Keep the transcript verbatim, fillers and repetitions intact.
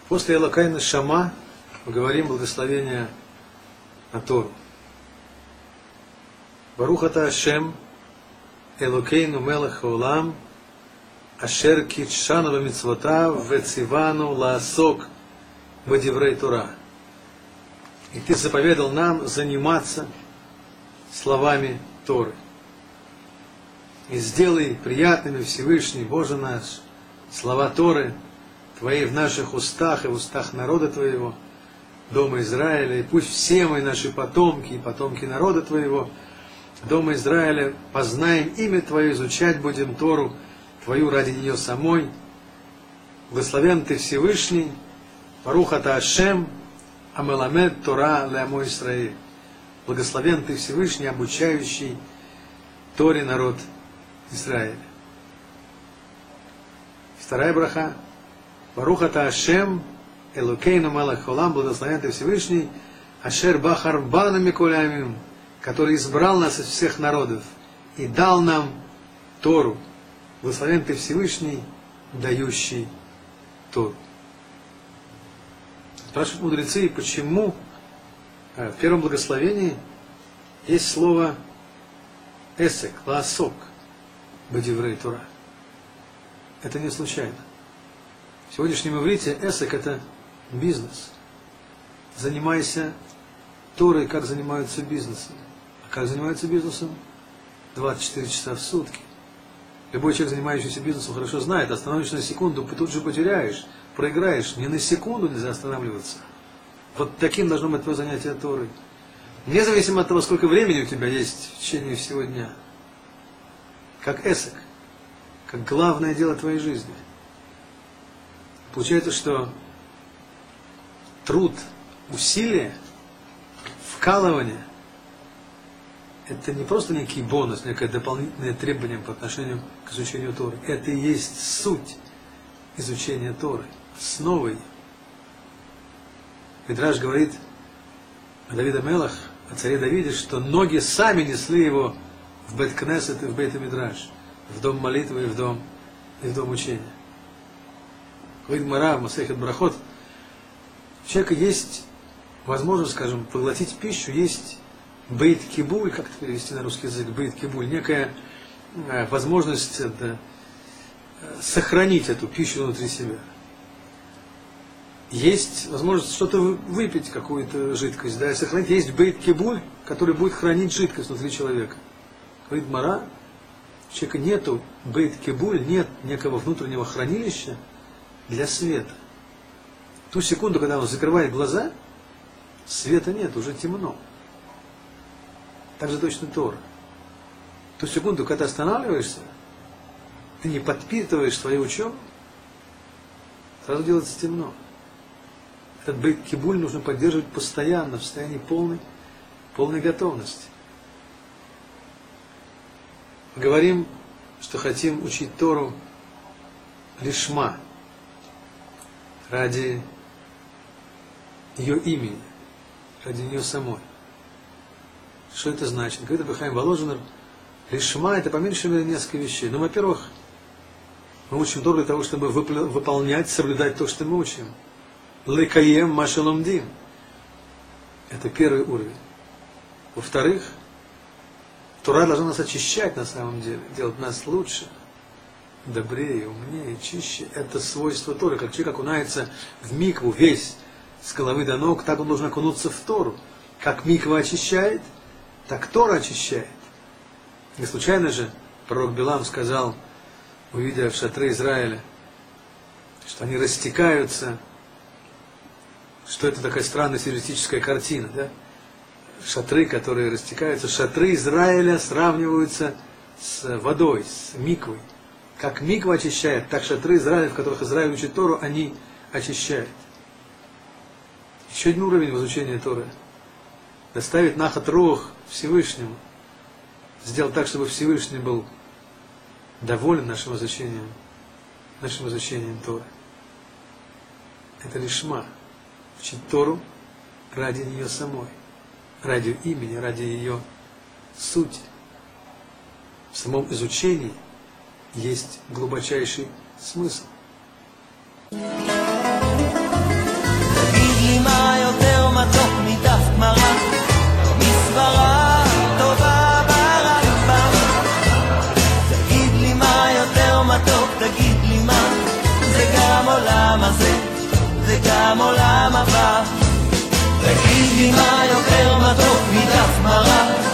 После Элокейну Шама мы говорим благословение на Тору. Барух ата Ашем Элокейну мелech хаолам ашер кидшану бамицвотав вецивану лаасок бадиврей Тора. И Ты заповедал нам заниматься словами Торы. И сделай приятными, Всевышний Боже наш, слова Торы Твои в наших устах и в устах народа Твоего, Дома Израиля, и пусть все мы, наши потомки и потомки народа Твоего, Дома Израиля, познаем имя Твое, изучать будем Тору Твою ради нее самой. Благословен Ты Всевышний, Барух ата Ашем, Амеламед Тора леамо Исраэль. Благословен Ты Всевышний, обучающий Торе народ Израиля. Вторая браха. Барух ата Ашем, Элокейну мелech хаолам, благословен Ты Всевышний, Ашер бахар бану миколь амим, который избрал нас из всех народов и дал нам Тору. Благословен Ты Всевышний, дающий Тору. Спрашивают мудрецы, почему в первом благословении есть слово эсек, лаасок, бадиврей Тора. Это не случайно. В сегодняшнем иврите эсек — это бизнес. Занимайся Торой, как занимаются бизнесом. А как занимаются бизнесом? двадцать четыре часа в сутки. Любой человек, занимающийся бизнесом, хорошо знает, остановишься на секунду, тут же потеряешь, проиграешь. Ни на секунду нельзя останавливаться. Вот таким должно быть твое занятие Торой. Независимо от того, сколько времени у тебя есть в течение всего дня. Как эсек. Как главное дело твоей жизни. Получается, что труд, усилие, вкалывание — это не просто некий бонус, некое дополнительное требование по отношению к изучению Торы. Это и есть суть изучения Торы, основа ее. Мидраш говорит о Давиде Мелах, о царе Давиде, что ноги сами несли его в Бейт-Кнесет и в Бейт-Мидраш, в дом молитвы и в дом, и в дом учения. Говорит Мара в Масехет Брахот, у человека есть возможность, скажем, поглотить пищу, есть бейт-кибуль, как это перевести на русский язык, бейт-кибуль, некая возможность это, сохранить эту пищу внутри себя. Есть возможность что-то выпить, какую-то жидкость, да, и сохранить. Есть бейт-кибуль, который будет хранить жидкость внутри человека. Говорит Мара, у человека нету бейт-кибуль, нет некого внутреннего хранилища для света. В ту секунду, когда он закрывает глаза, света нет, уже темно. Так же точно Тора. В ту секунду, когда ты останавливаешься, ты не подпитываешь свою учебу, сразу делается темно. Этот бейт-кибуль нужно поддерживать постоянно, в состоянии полной, полной готовности. Мы говорим, что хотим учить Тору лишма, ради ее имени, ради нее самой. Что это значит? Говорит Рабби Хаим Воложенер, лишма — это по меньшей мере несколько вещей. Ну, во-первых, мы учим Тору для того, чтобы выполнять, соблюдать то, что мы учим. Лекаем машаломдим. Это первый уровень. Во-вторых, Тора должна нас очищать на самом деле, делать нас лучше, добрее, умнее, чище. Это свойство Торы. Как человек окунается в микву весь с головы до ног, так он должен окунуться в Тору. Как миква очищает, так Тора очищает. Не случайно же пророк Билам сказал, увидя в шатры Израиля, что они растекаются, что это такая странная сюрреалистическая картина, да? Шатры, которые растекаются, шатры Израиля сравниваются с водой, с миквой. Как миква очищает, так шатры Израиля, в которых Израиль учит Тору, они очищают. Еще один уровень в изучении Торы. Доставить нахат руах Всевышнему. Сделать так, чтобы Всевышний был доволен нашим изучением, нашим изучением Торы. Это лишма. Учить Тору ради нее самой. Ради имени, ради ее сути. В самом изучении есть глубочайший смысл. עולם הבא. תגיד לי מה יותר מתוק מדף מרק,